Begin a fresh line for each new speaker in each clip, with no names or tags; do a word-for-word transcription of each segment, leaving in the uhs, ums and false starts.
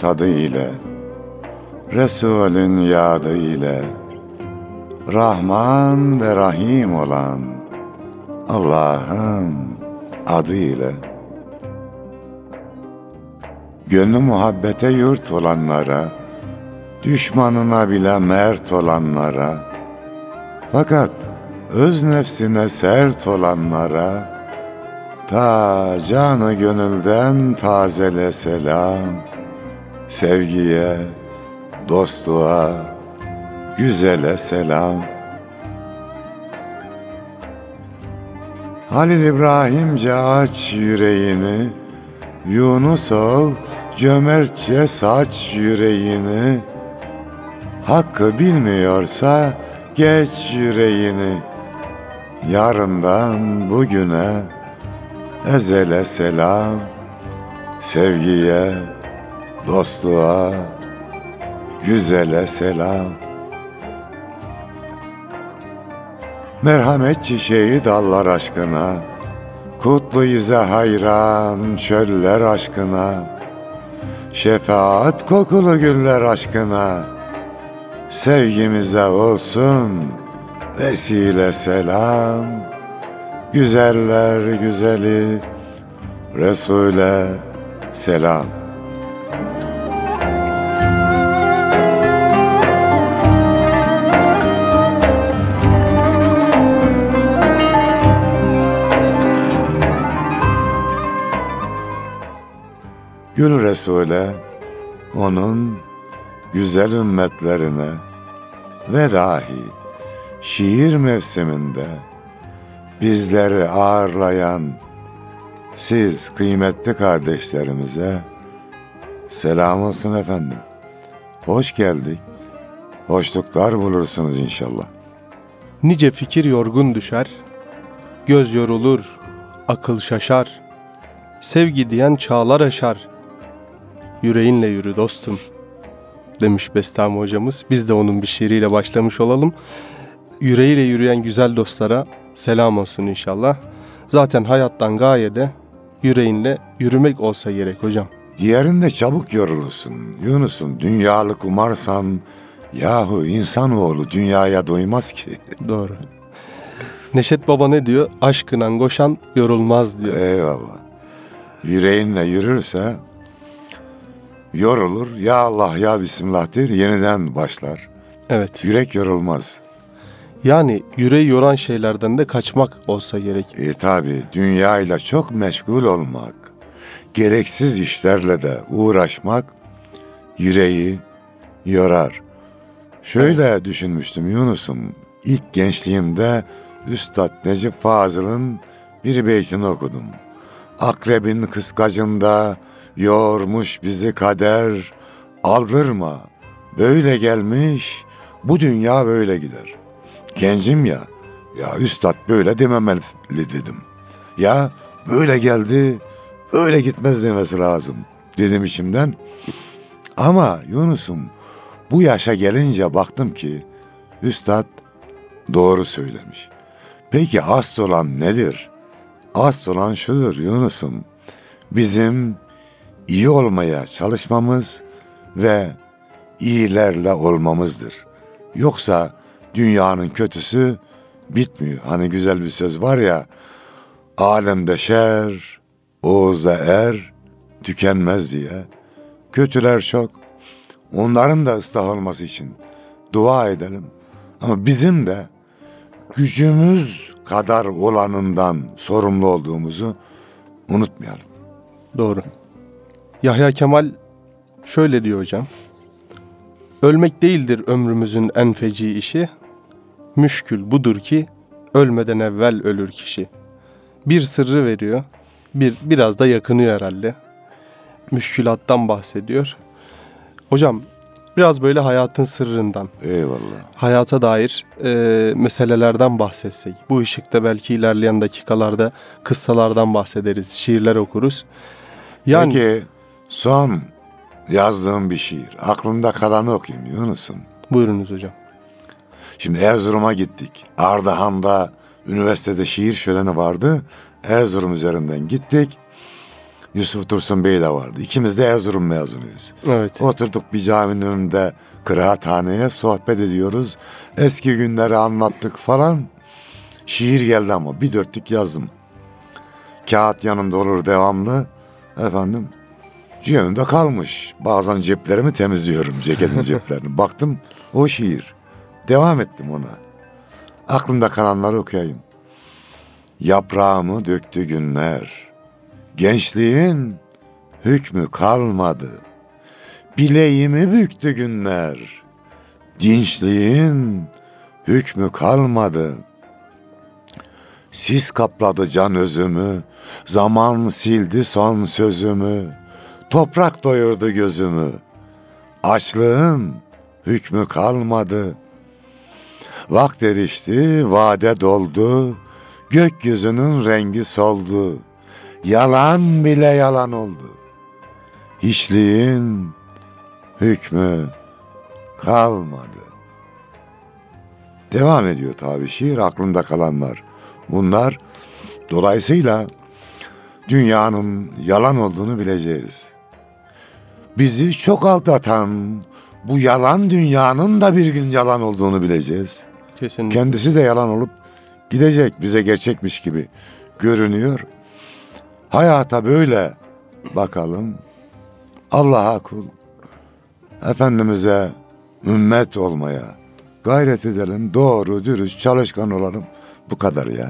tadı ile, Resulün yadı ile, Rahman ve Rahim olan Allah'ın adı ile, gönlü muhabbete yurt olanlara, düşmanına bile mert olanlara, fakat öz nefsine sert olanlara, ta canı gönülden tazele selam, sevgiye, dostluğa, güzele selam. Halil İbrahimce aç yüreğini, Yunus ol cömertçe saç yüreğini, hakkı bilmiyorsa geç yüreğini, yarından bugüne ezele selam, sevgiye, dostluğa, güzele selam. Merhamet çiçeği dallar aşkına, kutlu yüze hayran çöller aşkına, şefaat kokulu güller aşkına, sevgimize olsun vesile selam. Güzeller güzeli Resul'e selam. Gül Resul'e, onun güzel ümmetlerine ve dahi şiir mevsiminde bizleri ağırlayan siz kıymetli kardeşlerimize selam olsun efendim. Hoş geldik, hoşluklar bulursunuz inşallah.
Nice fikir yorgun düşer, göz yorulur, akıl şaşar, sevgi diyen çağlar aşar, yüreğinle yürü dostum demiş Bestami hocamız. Biz de onun bir şiiriyle başlamış olalım. Yüreğiyle yürüyen güzel dostlara selam olsun inşallah. Zaten hayattan gaye de yüreğinle yürümek olsa gerek hocam.
Diğerinde çabuk yorulursun Yunus'um, dünyalık umarsan, yahu insanoğlu dünyaya doymaz ki.
Doğru. Neşet Baba ne diyor? Aşkına koşan yorulmaz diyor.
Eyvallah. Yüreğinle yürürse yorulur, ya Allah ya Bismillah der, yeniden başlar.
Evet.
Yürek yorulmaz.
Yani yüreği yoran şeylerden de kaçmak olsa gerek.
E tabi dünyayla çok meşgul olmak, gereksiz işlerle de uğraşmak yüreği yorar. Şöyle evet. Düşünmüştüm Yunus'um, ilk gençliğimde Üstad Necip Fazıl'ın bir beytini okudum. Akrebin kıskacında yormuş bizi kader, aldırma, böyle gelmiş, bu dünya böyle gider. Gencim ya, ya üstad böyle dememeli dedim. Ya böyle geldi, öyle gitmez demesi lazım dedim içimden. Ama Yunus'um, bu yaşa gelince baktım ki üstad doğru söylemiş. Peki asıl olan nedir? Asıl olan şudur Yunus'um, bizim iyi olmaya çalışmamız ve iyilerle olmamızdır. Yoksa dünyanın kötüsü bitmiyor. Hani güzel bir söz var ya, alemde şer, oğuzda er, tükenmez diye. Kötüler çok. Onların da ıslah olması için dua edelim. Ama bizim de gücümüz kadar olanından sorumlu olduğumuzu unutmayalım.
Doğru. Yahya Kemal şöyle diyor hocam. Ölmek değildir ömrümüzün en feci işi. Müşkül budur ki ölmeden evvel ölür kişi. Bir sırrı veriyor. Bir biraz da yakınıyor herhalde. Müşkülattan bahsediyor. Hocam biraz böyle hayatın sırrından.
Eyvallah.
Hayata dair e, meselelerden bahsetsek. Bu ışıkta belki ilerleyen dakikalarda kıssalardan bahsederiz. Şiirler okuruz. Yani,
Peki son yazdığım bir şiir. Aklımda kalanı okuyayım Yunus'um.
Buyurunuz hocam.
Şimdi Erzurum'a gittik. Ardahan'da üniversitede şiir şöleni vardı. Erzurum üzerinden gittik. Yusuf Dursun Bey de vardı. İkimiz de Erzurum mezunuyuz.
Evet.
Oturduk bir caminin önünde kıraathaneye, sohbet ediyoruz. Eski günleri anlattık falan. Şiir geldi ama bir dörtlük yazdım. Kağıt yanımda olur devamlı. Efendim cebimde kalmış. Bazen ceplerimi temizliyorum, ceketin ceplerini. Baktım o şiir. Devam ettim ona. Aklımda kalanları okuyayım. Yaprağımı döktü günler. Gençliğin hükmü kalmadı. Bileğimi büktü günler. Dinçliğin hükmü kalmadı. Sis kapladı can özümü. Zaman sildi son sözümü. Toprak doyurdu gözümü. Açlığın hükmü kalmadı. Vakt erişti, vade doldu. Gökyüzünün rengi soldu. Yalan bile yalan oldu. Hiçliğin hükmü kalmadı. Devam ediyor tabii şiir, aklımda kalanlar. Bunlar dolayısıyla dünyanın yalan olduğunu bileceğiz. Bizi çok aldatan bu yalan dünyanın da bir gün yalan olduğunu bileceğiz.
Kesinlikle.
Kendisi de yalan olup gidecek, bize gerçekmiş gibi görünüyor. Hayata böyle bakalım. Allah'a kul, Efendimiz'e ümmet olmaya gayret edelim. Doğru, dürüst, çalışkan olalım. Bu kadar ya.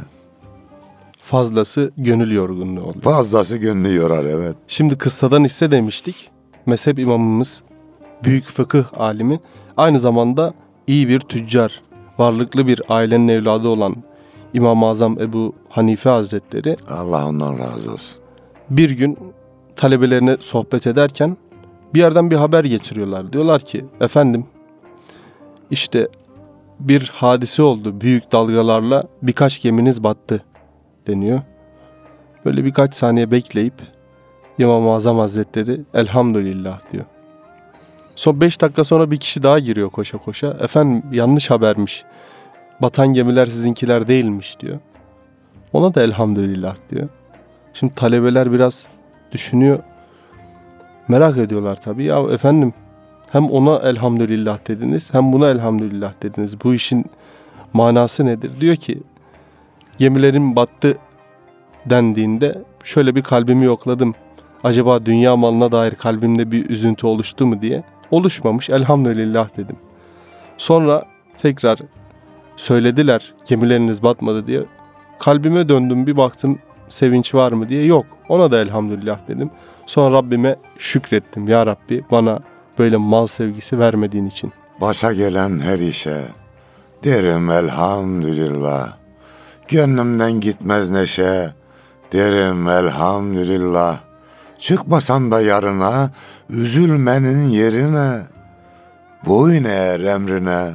Fazlası gönül yorgunluğu oluyor.
Fazlası gönlü yorar, evet.
Şimdi kıssadan hisse demiştik. Mezhep imamımız, büyük fıkıh alimi, aynı zamanda iyi bir tüccar, varlıklı bir ailenin evladı olan İmam-ı Azam Ebu Hanife Hazretleri
Allah ondan razı olsun.
bir gün talebelerine sohbet ederken bir yerden bir haber getiriyorlar. Diyorlar ki efendim işte bir hadise oldu, büyük dalgalarla birkaç geminiz battı deniyor. Böyle birkaç saniye bekleyip İmam-ı Azam Hazretleri elhamdülillah diyor. Son beş dakika sonra bir kişi daha giriyor koşa koşa. Efendim yanlış habermiş. Batan gemiler sizinkiler değilmiş diyor. Ona da elhamdülillah diyor. Şimdi talebeler biraz düşünüyor. Merak ediyorlar tabii. Ya efendim hem ona elhamdülillah dediniz hem buna elhamdülillah dediniz. Bu işin manası nedir? Diyor ki gemilerin battı dendiğinde şöyle bir kalbimi yokladım. Acaba dünya malına dair kalbimde bir üzüntü oluştu mu diye. Oluşmamış, elhamdülillah dedim. Sonra tekrar söylediler gemileriniz batmadı diye. Kalbime döndüm, bir baktım sevinç var mı diye. Yok, ona da elhamdülillah dedim. Sonra Rabbime şükrettim. Ya Rabbi bana böyle mal sevgisi vermediğin için.
Başa gelen her işe derim elhamdülillah. Gönlümden gitmez neşe, derim elhamdülillah. Çıkmasan da yarına, üzülmenin yerine, boyun eğer emrine,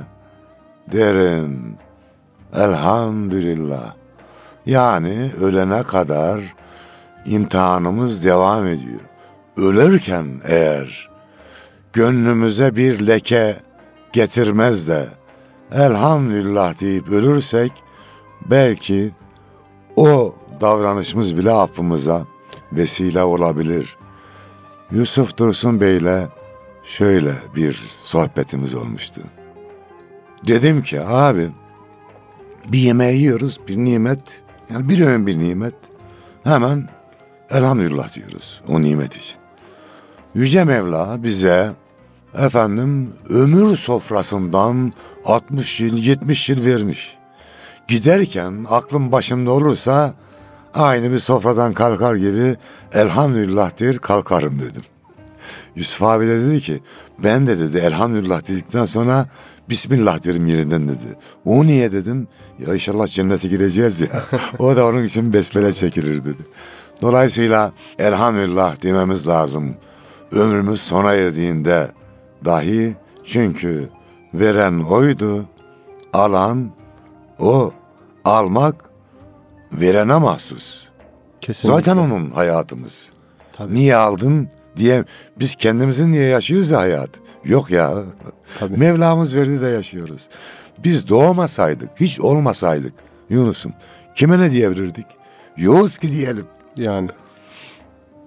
derim elhamdülillah. Yani ölene kadar imtihanımız devam ediyor. Ölürken eğer gönlümüze bir leke getirmez de elhamdülillah deyip ölürsek, belki o davranışımız bile affımıza vesile olabilir. Yusuf Dursun Bey'le şöyle bir sohbetimiz olmuştu. Dedim ki abi bir yemeği yiyoruz, bir nimet, yani bir öğün bir nimet, hemen elhamdülillah diyoruz o nimet için. Yüce Mevla bize efendim ömür sofrasından altmış yıl yetmiş yıl vermiş. Giderken aklım başımda olursa aynı bir sofradan kalkar gibi elhamdülillah der kalkarım dedim. Yusuf abi de dedi ki ben de dedi elhamdülillah dedikten sonra Bismillah derim yerinden dedi. O niye dedim? Ya inşallah cennete gireceğiz ya. O da onun için besmele çekilir dedi. Dolayısıyla elhamdülillah dememiz lazım. Ömrümüz sona erdiğinde dahi, çünkü veren oydu, alan o, almak verene mahsus.
Kesinlikle.
Zaten onun hayatımız.
Tabii.
Niye aldın diye biz kendimizin niye yaşıyoruz ya hayat? Yok ya.
Tabii.
Mevlamız verdi de yaşıyoruz. Biz doğmasaydık, hiç olmasaydık Yunus'um, kime ne diyebilirdik? Yoğuz ki diyelim.
Yani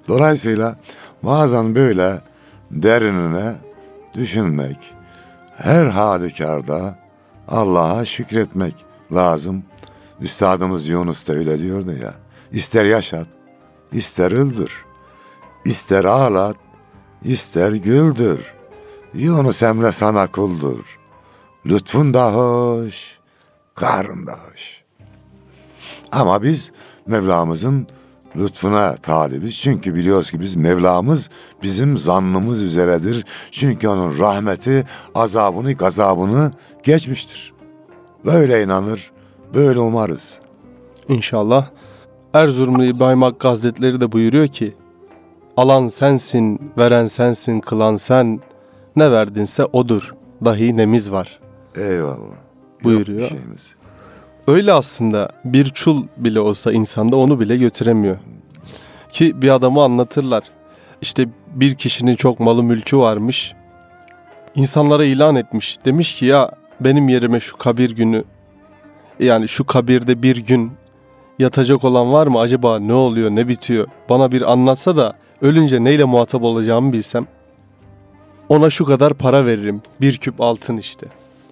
Dolayısıyla bazen böyle derinine düşünmek, her halükarda Allah'a şükretmek lazım. Üstadımız Yunus da öyle diyordu ya. İster yaşat, ister öldür. İster ağlat, ister güldür. Yunus Emre sana kuldur. Lütfun da hoş, kahrın da hoş. Ama biz Mevlamızın lütfuna talibiz. Çünkü biliyoruz ki biz Mevlamız bizim zannımız üzeredir. Çünkü onun rahmeti azabını gazabını geçmiştir. Böyle inanır, böyle umarız.
İnşallah. Erzurumlu İbrahim Hakkı Hazretleri de buyuruyor ki, alan sensin, veren sensin, kılan sen, ne verdinse odur, dahi nemiz var.
Eyvallah.
Buyuruyor.
Yok bir şeyimiz.
Öyle aslında, bir çul bile olsa insanda onu bile götüremiyor. Ki bir adamı anlatırlar. İşte bir kişinin çok malı mülkü varmış. İnsanlara ilan etmiş. Demiş ki ya benim yerime şu kabir günü, yani şu kabirde bir gün yatacak olan var mı? Acaba ne oluyor, ne bitiyor? Bana bir anlatsa da ölünce neyle muhatap olacağımı bilsem. Ona şu kadar para veririm. Bir küp altın işte.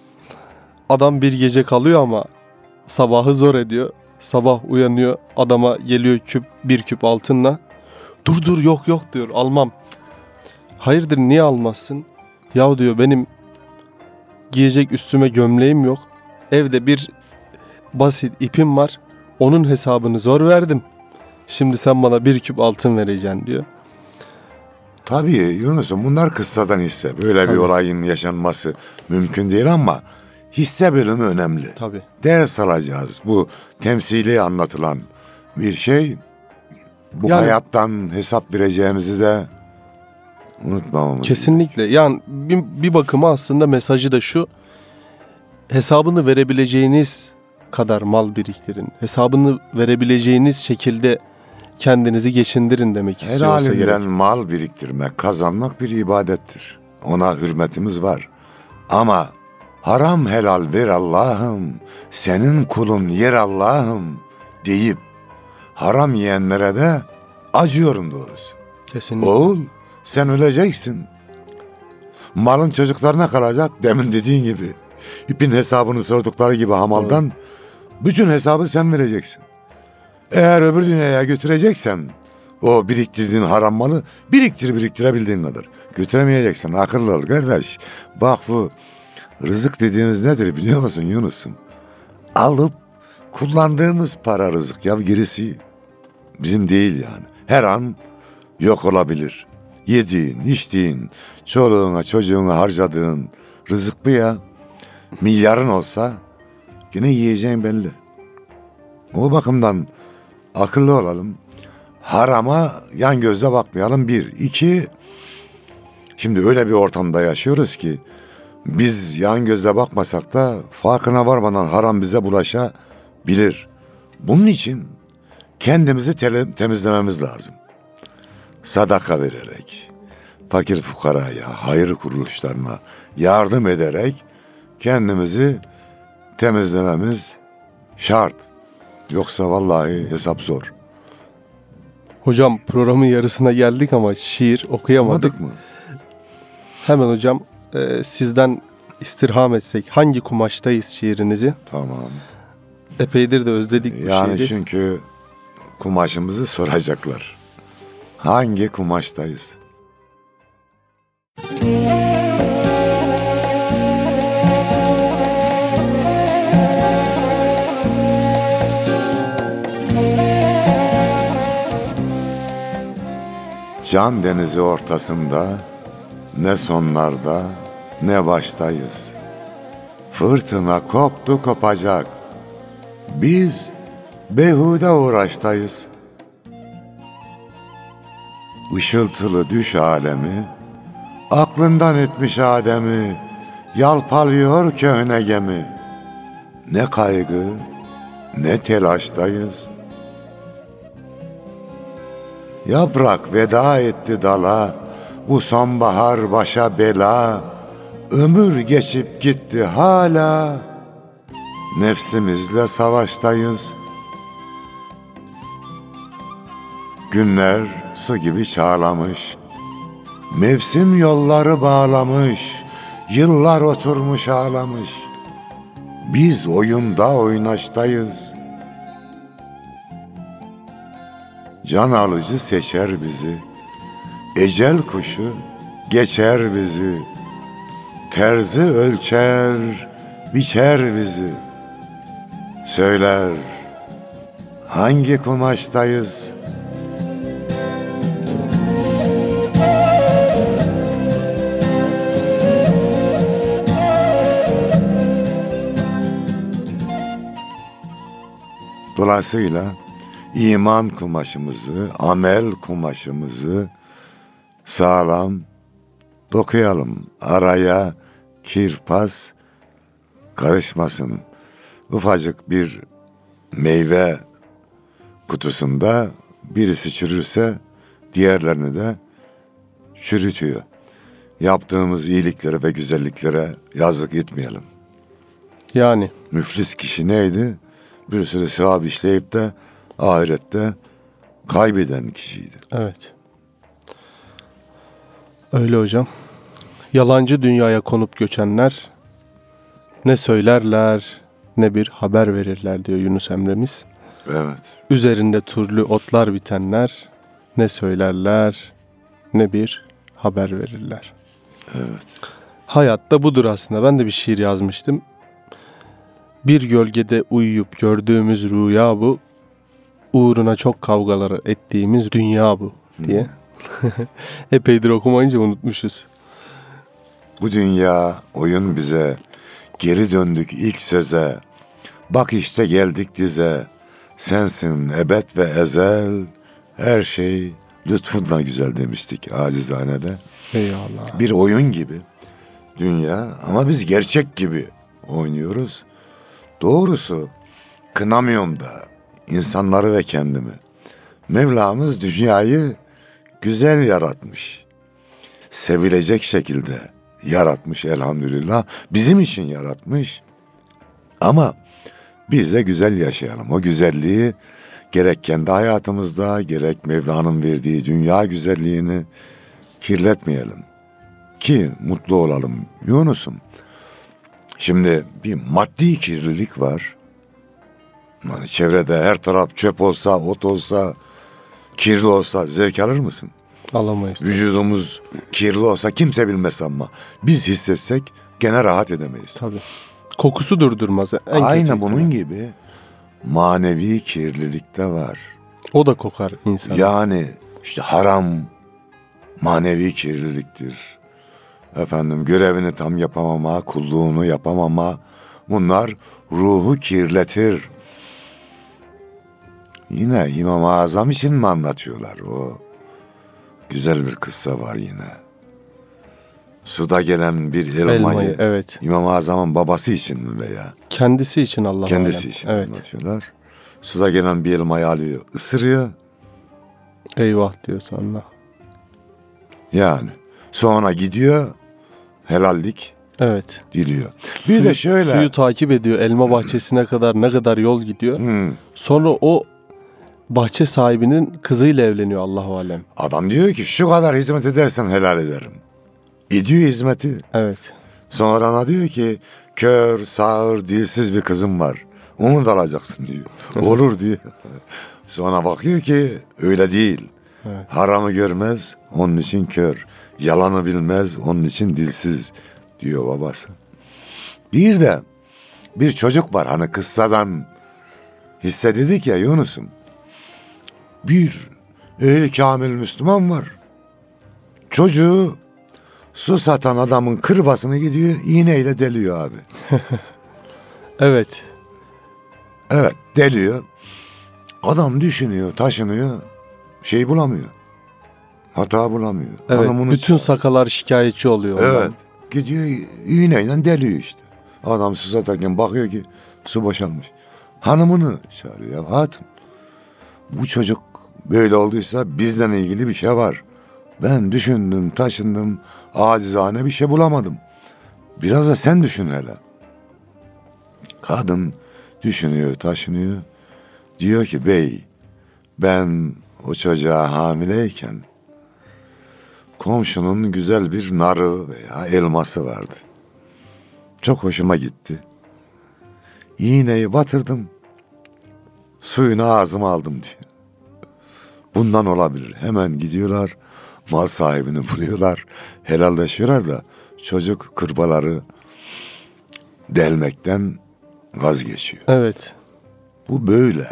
Adam bir gece kalıyor ama sabahı zor ediyor. Sabah uyanıyor, adama geliyor küp, bir küp altınla. Dur dur yok yok diyor, almam. Hayırdır, niye almazsın? Ya diyor, benim giyecek üstüme gömleğim yok. Evde bir basit ipim var. Onun hesabını zor verdim. Şimdi sen bana bir küp altın vereceksin diyor.
Tabii Yunus'um, bunlar kıssadan hisse. Böyle
Tabii.
bir olayın yaşanması mümkün değil ama hisse bölümü önemli.
Tabii.
Ders alacağız. Bu temsili anlatılan bir şey. Bu
Yani-
hayattan hesap vereceğimizi de unutmamamız.
Kesinlikle. Yani bir, bir bakıma aslında mesajı da şu. Hesabını verebileceğiniz kadar mal biriktirin. Hesabını verebileceğiniz şekilde kendinizi geçindirin demek
Her
istiyorsa
halinden
gerek.
mal biriktirmek, kazanmak bir ibadettir. Ona hürmetimiz var. Ama haram helal ver Allah'ım, senin kulun yer Allah'ım deyip haram yiyenlere de acıyorum doğrusu.
Kesinlikle.
Oğul, sen öleceksin. Malın çocuklarına kalacak, demin dediğin gibi. İpin hesabını sordukları gibi hamaldan bütün hesabı sen vereceksin. Eğer öbür dünyaya götüreceksen o biriktirdiğin haram malı biriktir biriktirebildiğin kadar. Götüremeyeceksin, akıllı ol kardeş. Bak, bu rızık dediğimiz nedir biliyor musun Yunus'um? Alıp kullandığımız para rızık. Ya gerisi bizim değil yani. Her an yok olabilir. Yediğin, içtiğin, çoluğuna çocuğuna harcadığın rızık bu ya. Milyarın olsa yine yiyeceğin belli. O bakımdan akıllı olalım. Harama yan gözle bakmayalım. Bir. İki, şimdi öyle bir ortamda yaşıyoruz ki biz yan gözle bakmasak da farkına varmadan haram bize bulaşabilir. Bunun için kendimizi tele, temizlememiz lazım. Sadaka vererek, fakir fukaraya, hayır kuruluşlarına yardım ederek kendimizi temizlememiz şart. Yoksa vallahi hesap zor.
Hocam programın yarısına geldik ama şiir okuyamadık.
Anladık mı?
Hemen hocam e, sizden istirham etsek hangi kumaştayız şiirinizi?
Tamam.
Epeydir de özledik bu
Yani
şiiri.
çünkü kumaşımızı soracaklar. Hangi kumaştayız? Can denizi ortasında, ne sonlarda ne baştayız. Fırtına koptu kopacak, biz beyhude uğraştayız. Işıltılı düş alemi, aklından etmiş Adem'i, yalpalıyor köhne gemi. Ne kaygı, ne telaştayız. Yaprak veda etti dala, bu sonbahar başa bela. Ömür geçip gitti hala, nefsimizle savaştayız. Günler su gibi çağlamış, mevsim yolları bağlamış, yıllar oturmuş ağlamış. Biz oyunda oynaştayız. Can alıcı seçer bizi, ecel kuşu geçer bizi. Terzi ölçer, biçer bizi. Söyler, hangi kumaştayız? Dolayısıyla iman kumaşımızı, amel kumaşımızı sağlam dokuyalım. Araya kirpas karışmasın. Ufacık bir meyve kutusunda birisi çürürse diğerlerini de çürütüyor. Yaptığımız iyiliklere ve güzelliklere yazık etmeyelim.
Yani
Müflis kişi neydi? Bir sürü sevap işleyip de ahirette kaybeden kişiydi.
evet. Öyle hocam. Yalancı dünyaya konup göçenler ne söylerler ne bir haber verirler diyor Yunus Emre'miz.
Evet.
Üzerinde türlü otlar bitenler ne söylerler ne bir haber verirler.
Evet.
Hayatta budur aslında. Ben de bir şiir yazmıştım. Bir gölgede uyuyup gördüğümüz rüya bu. Uğruna çok kavgaları ettiğimiz dünya bu diye. Epeydir okumayınca unutmuşuz.
Bu dünya oyun bize, geri döndük ilk söze. Bak işte geldik dize, sensin ebed ve ezel. Her şey lütfunla güzel demiştik acizanede.
Eyvallah.
Bir oyun gibi dünya ama biz gerçek gibi oynuyoruz. Doğrusu kınamıyorum da insanları ve kendimi. Mevlamız dünyayı güzel yaratmış. Sevilecek şekilde yaratmış elhamdülillah. Bizim için yaratmış. Ama biz de güzel yaşayalım. O güzelliği gerek kendi hayatımızda gerek Mevla'nın verdiği dünya güzelliğini kirletmeyelim. Ki mutlu olalım. Yunus'um. Şimdi bir maddi kirlilik var. Yani çevrede her taraf çöp olsa, ot olsa, kirli olsa zevk alır mısın?
Alamayız.
Vücudumuz kirli olsa kimse bilmez ama biz hissetsek gene rahat edemeyiz.
Tabii. Kokusu durdurmaz. En
Aynı
kötü
bunun
ihtimal.
gibi manevi kirlilik de var.
O da kokar insan.
Yani işte haram manevi kirliliktir. Efendim görevini tam yapamama, kulluğunu yapamama, bunlar ruhu kirletir. Yine İmam-ı Azam için mi anlatıyorlar? O güzel bir kıssa var yine. Suda gelen bir elmayı,
Elmayı, evet.
İmam-ı Azam'ın babası için mi veya
Kendisi için Allah
kendisi
alem.
için
Evet.
anlatıyorlar. Suda gelen bir elmayı alıyor, ısırıyor.
Eyvah diyor sonra.
Yani sonra gidiyor, helallik
Evet.
diliyor. Bir de şöyle.
Suyu takip ediyor. Elma bahçesine kadar ne kadar yol gidiyor.
Hmm,
Sonra o bahçe sahibinin kızıyla evleniyor Allahu alem.
adam diyor ki şu kadar hizmet edersen helal ederim. Ediyor hizmeti.
Evet.
Sonra ana diyor ki kör, sağır, dilsiz bir kızım var. Onu da alacaksın diyor. Olur diyor. Sonra bakıyor ki öyle değil.
Evet.
Haramı görmez, onun için kör. Yalanı bilmez, onun için dilsiz diyor babası. Bir de bir çocuk var hani kıssadan hissededik ya Yunus'um. Bir ehli kamil Müslüman var. Çocuğu su satan adamın kırbasını gidiyor iğneyle deliyor abi.
Evet.
Evet deliyor. Adam düşünüyor, taşınıyor. Şey bulamıyor. Hata bulamıyor.
Evet.
Hanımını
Bütün sakalar şikayetçi oluyor. ondan.
Evet. Gidiyor iğneyle deliyor işte. Adam su satarken bakıyor ki su boşalmış. Hanımını çağırıyor. Ya hatun bu çocuk böyle olduysa bizden ilgili bir şey var. Ben düşündüm, taşındım, acizane bir şey bulamadım. Biraz da sen düşün hele. Kadın düşünüyor, taşınıyor. Diyor ki bey ben o çocuğa hamileyken komşunun güzel bir narı veya elması vardı. Çok hoşuma gitti. İğneyi batırdım, suyunu ağzıma aldım diyor. Bundan olabilir. Hemen gidiyorlar, mal sahibini buluyorlar, helalleşiyorlar da çocuk kırbaları delmekten vazgeçiyor.
Evet.
Bu böyle.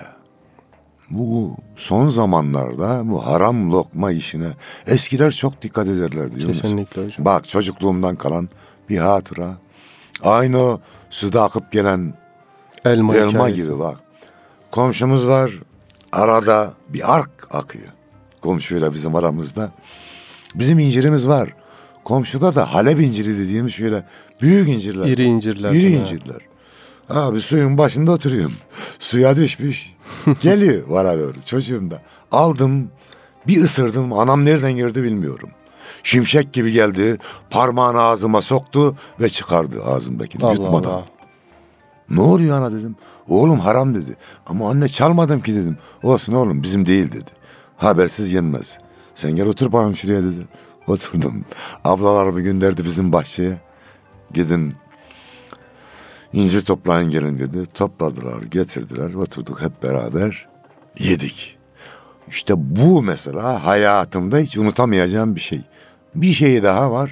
Bu son zamanlarda bu haram lokma işine eskiler çok dikkat ederler diyor musun?
Kesinlikle hocam.
Bak çocukluğumdan kalan bir hatıra. Aynı o suda akıp gelen
Elma,
elma
hikayesi.
gibi bak. Komşumuz var, arada bir ark akıyor. Komşuyla bizim aramızda. Bizim incirimiz var. Komşuda da Halep inciri dediğimiz şöyle büyük incirler.
İri incirler.
İri
Ha.
incirler. Abi suyun başında oturuyorum. Suya düşmüş. Geliyor vara doğru çocuğum da. Aldım bir ısırdım. Anam nereden girdi bilmiyorum. Şimşek gibi geldi. Parmağını ağzıma soktu ve çıkardı ağzımdakini
Allah
yutmadan.
Allah.
Ne oluyor ana dedim. Oğlum haram dedi. Ama anne çalmadım ki dedim. Olsun oğlum bizim değil dedi. Habersiz yenmez. Sen gel otur bakayım şuraya dedi. Oturdum. Ablalarımı gönderdi bizim bahçeye. Gidin incir toplayın gelin dedi. Topladılar, getirdiler. Oturduk hep beraber yedik. İşte bu mesela hayatımda hiç unutamayacağım bir şey. Bir şey daha var.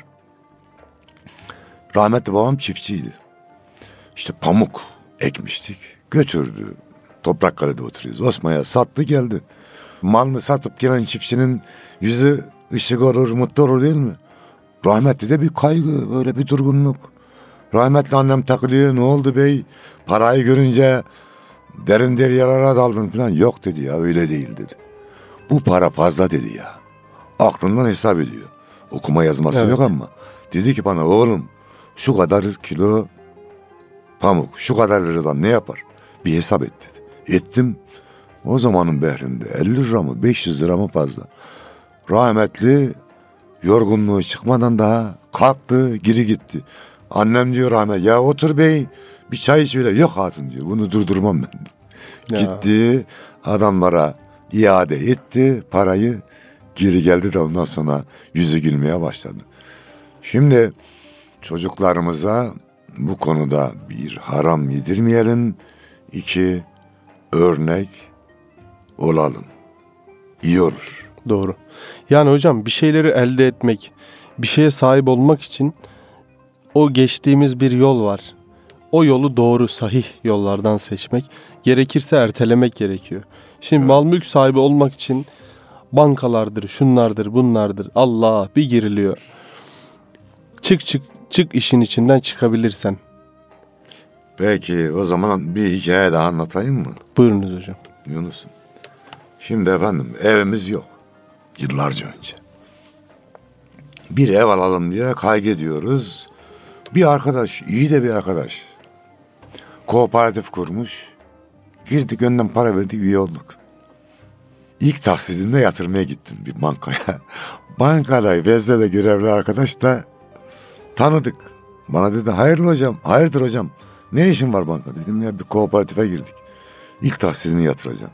Rahmetli babam çiftçiydi. İşte pamuk ekmiştik. Götürdü. Toprakkale'de oturuyoruz. Osman'a sattı geldi. Malını satıp gelen çiftçinin yüzü ışık olur, mutlu olur değil mi? Rahmetli de bir kaygı, böyle bir durgunluk. Rahmetli annem takılıyor. Ne oldu bey? Parayı görünce derin deryalara daldın falan. Yok dedi ya, öyle değil dedi. Bu para fazla dedi ya. Aklından hesap ediyor. Okuma yazması
Evet.
yok ama. Dedi ki bana oğlum şu kadar kilo pamuk şu kadar liradan ne yapar? Bir hesap et dedi. Ettim. O zamanın behrinde elli lira mı beş yüz lira mı fazla. Rahmetli yorgunluğu çıkmadan daha kalktı geri gitti. Annem diyor rahmet ya otur bey bir çay iç öyle. Yok hatun diyor bunu durdurmam ben.
Ya.
Gitti adamlara iade etti parayı geri geldi de ondan sonra yüzü gülmeye başladı. Şimdi çocuklarımıza bu konuda bir haram yedirmeyelim. İki örnek olalım. İyi olur.
Doğru. Yani hocam bir şeyleri elde etmek, bir şeye sahip olmak için o geçtiğimiz bir yol var. O yolu doğru, sahih yollardan seçmek, gerekirse ertelemek gerekiyor. Şimdi mal mülk sahibi olmak için bankalardır, şunlardır, bunlardır. Allah bir giriliyor. Çık çık çık işin içinden çıkabilirsen.
Peki o zaman bir hikaye daha anlatayım mı
Buyurunuz hocam.
Yunus'um? Şimdi efendim evimiz yok. Yıllarca önce. Bir ev alalım diye kaygediyoruz. Bir arkadaş, iyi de bir arkadaş. Kooperatif kurmuş. Girdik önden para verdik üye olduk. İlk taksidinde yatırmaya gittim bir bankaya. Bankada Vezne'de görevli arkadaş da tanıdık. Bana dedi hayırlı hocam, hayırdır hocam. Ne işin var banka? Dedim ya bir kooperatife girdik. İlk taksidini yatıracağım.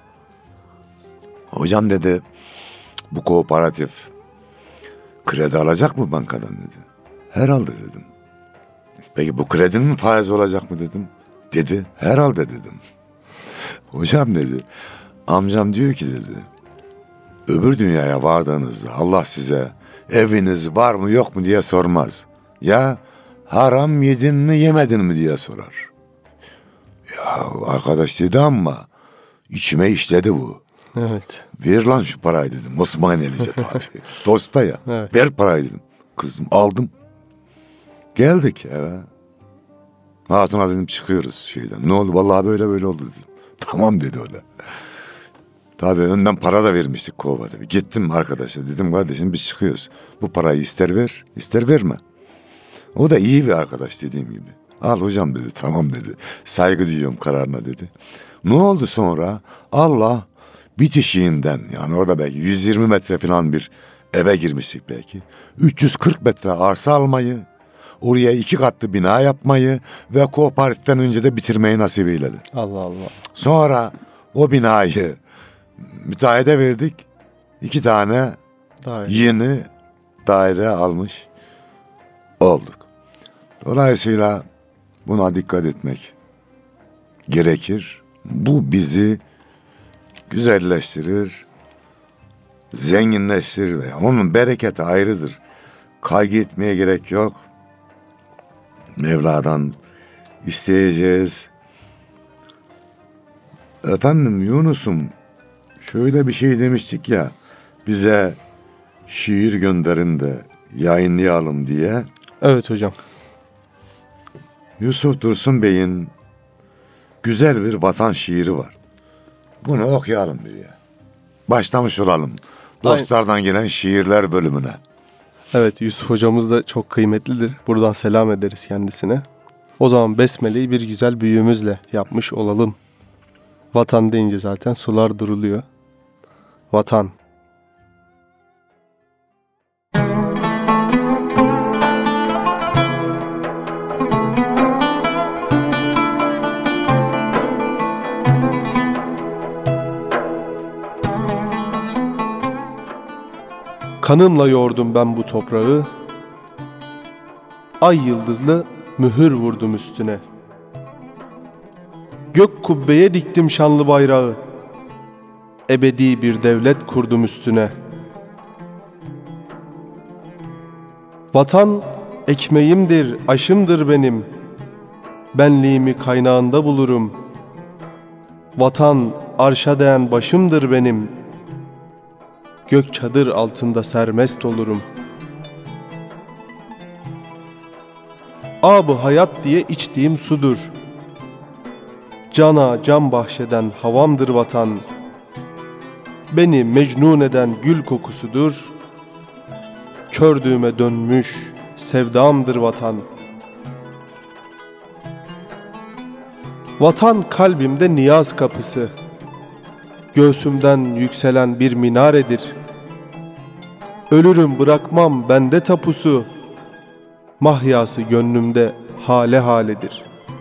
Hocam dedi bu kooperatif kredi alacak mı bankadan dedi. Herhalde dedim. Peki bu kredinin faizi olacak mı dedim. Dedi herhalde dedim. Hocam dedi amcam diyor ki dedi öbür dünyaya vardığınızda Allah size eviniz var mı yok mu diye sormaz. Ya haram yedin mi yemedin mi diye sorar. Ya arkadaş dedi ama içime işledi bu.
Evet.
Ver lan şu parayı dedim. Osmanelice tabii. Dosta ya.
Evet.
Ver parayı dedim. Kızım aldım. Geldik eve. Hatuna dedim çıkıyoruz şeyden. Ne oldu? Vallahi böyle böyle oldu dedim. Tamam dedi o da. Tabii önden para da vermiştik kovada. Gittim arkadaşa dedim kardeşim biz çıkıyoruz. Bu parayı ister ver ister verme. O da iyi bir arkadaş dediğim gibi. Al hocam dedi tamam dedi. Saygı duyuyorum kararına dedi. Ne oldu sonra? Allah bitişiğinden yani orada belki yüz yirmi metre falan bir eve girmiştik belki. üç yüz kırk metre arsa almayı, oraya iki katlı bina yapmayı ve kooperatiften önce de bitirmeyi nasip eyledi.
Allah Allah.
Sonra o binayı müteahhide verdik. iki tane
Daha iyi.
yeni daire almış olduk. Dolayısıyla buna dikkat etmek gerekir. Bu bizi güzelleştirir, zenginleştirir de. Onun bereketi ayrıdır. Kaygı etmeye gerek yok. Mevla'dan isteyeceğiz. Efendim Yunus'um, şöyle bir şey demiştik ya, bize şiir gönderin de yayınlayalım diye.
Evet hocam.
Yusuf Dursun Bey'in güzel bir vatan şiiri var. Bunu okuyalım diye. Başlamış olalım. Dostlardan gelen şiirler bölümüne.
Evet, Yusuf hocamız da çok kıymetlidir. Buradan selam ederiz kendisine. O zaman besmeleyi bir güzel büyüğümüzle yapmış olalım. Vatan deyince zaten sular duruluyor. Vatan. Kanımla yoğurdum ben bu toprağı, ay yıldızlı mühür vurdum üstüne. Gök kubbeye diktim şanlı bayrağı, ebedi bir devlet kurdum üstüne. Vatan ekmeğimdir, aşımdır benim, benliğimi kaynağında bulurum. Vatan arşa değen başımdır benim, gök çadır altında sermest olurum. Ab-ı hayat diye içtiğim sudur, cana can bahşeden havamdır vatan. Beni mecnun eden gül kokusudur, kördüğüme dönmüş sevdamdır vatan. Vatan kalbimde niyaz kapısı, göğsümden yükselen bir minaredir. Ölürüm bırakmam bende tapusu, mahyası gönlümde hale haledir.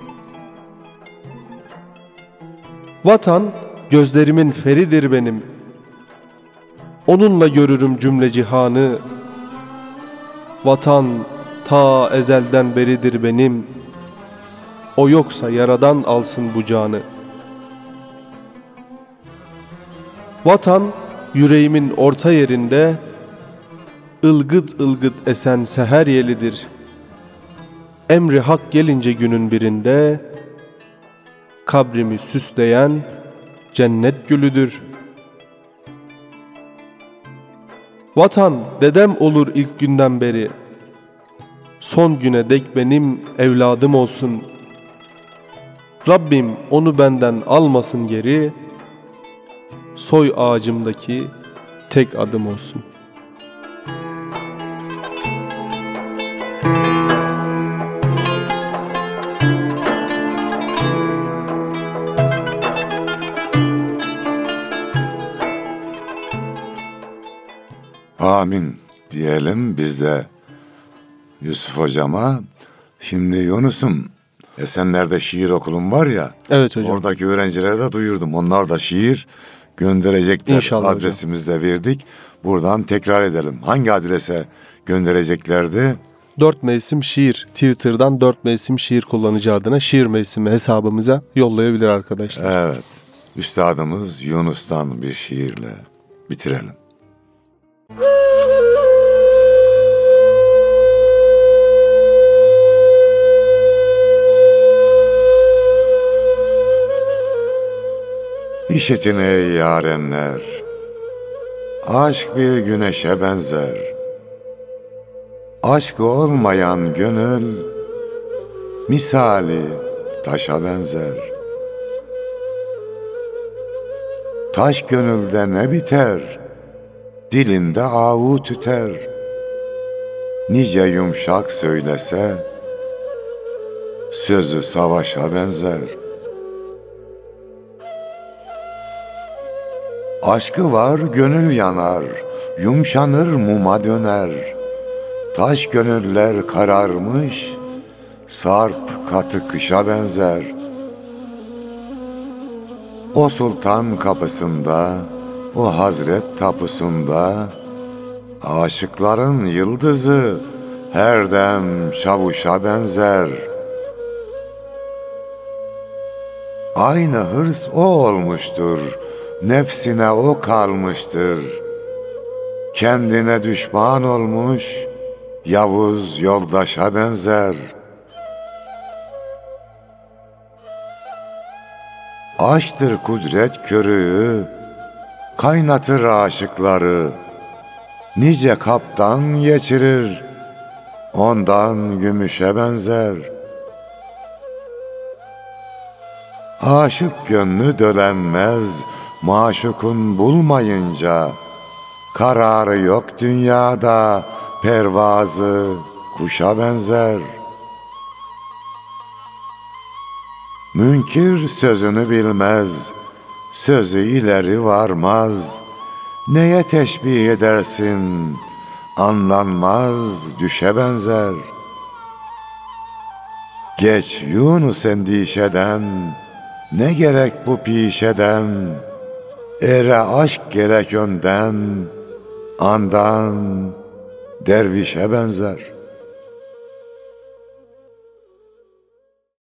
Vatan gözlerimin feridir benim, onunla görürüm cümle cihanı. Vatan ta ezelden beridir benim, o yoksa yaradan alsın bu canı. Vatan yüreğimin orta yerinde, ılgıt ılgıt esen seher yelidir. Emri hak gelince günün birinde, kabrimi süsleyen cennet gülüdür. Vatan dedem olur ilk günden beri, son güne dek benim evladım olsun. Rabbim onu benden almasın geri, soy ağacımdaki tek adım olsun.
Amin diyelim biz de Yusuf hocama. Şimdi Yunus'um, Esenler'de şiir okulum var ya.
Evet hocam.
Oradaki öğrencilere de duyurdum. Onlar da şiir gönderecekler.
İnşallah
Adresimizi de verdik. Buradan tekrar edelim. Hangi adrese göndereceklerdi?
Dört Mevsim Şiir, Twitter'dan Dört Mevsim Şiir kullanıcı adına şiir mevsimi hesabımıza yollayabilir arkadaşlar.
Evet. Üstadımız Yunus'tan bir şiirle bitirelim. İşitin ey yarenler, aşk bir güneşe benzer. Aşkı olmayan gönül, misali taşa benzer. Taş gönülde ne biter, dilinde ahu tüter. Nice yumuşak söylese, sözü savaşa benzer. Aşkı var gönül yanar, yumşanır muma döner. Taş gönüller kararmış, sarp katı kışa benzer. O sultan kapısında o Hazret tapusunda, aşıkların yıldızı her dem şavuşa benzer. Aynı hırs o olmuştur, nefsine o kalmıştır. Kendine düşman olmuş, Yavuz yoldaşa benzer. Aşktır kudret körüğü, kaynatır aşıkları. Nice kaptan geçirir, ondan gümüşe benzer. Aşık gönlü dölenmez, maşukun bulmayınca. Kararı yok dünyada, pervazı kuşa benzer. Münkir sözünü bilmez, sözü ileri varmaz. Neye teşbih edersin, anlanmaz düşe benzer. Geç Yunus endişeden, ne gerek bu pişeden, ere aşk gerek önden, andan dervişe benzer.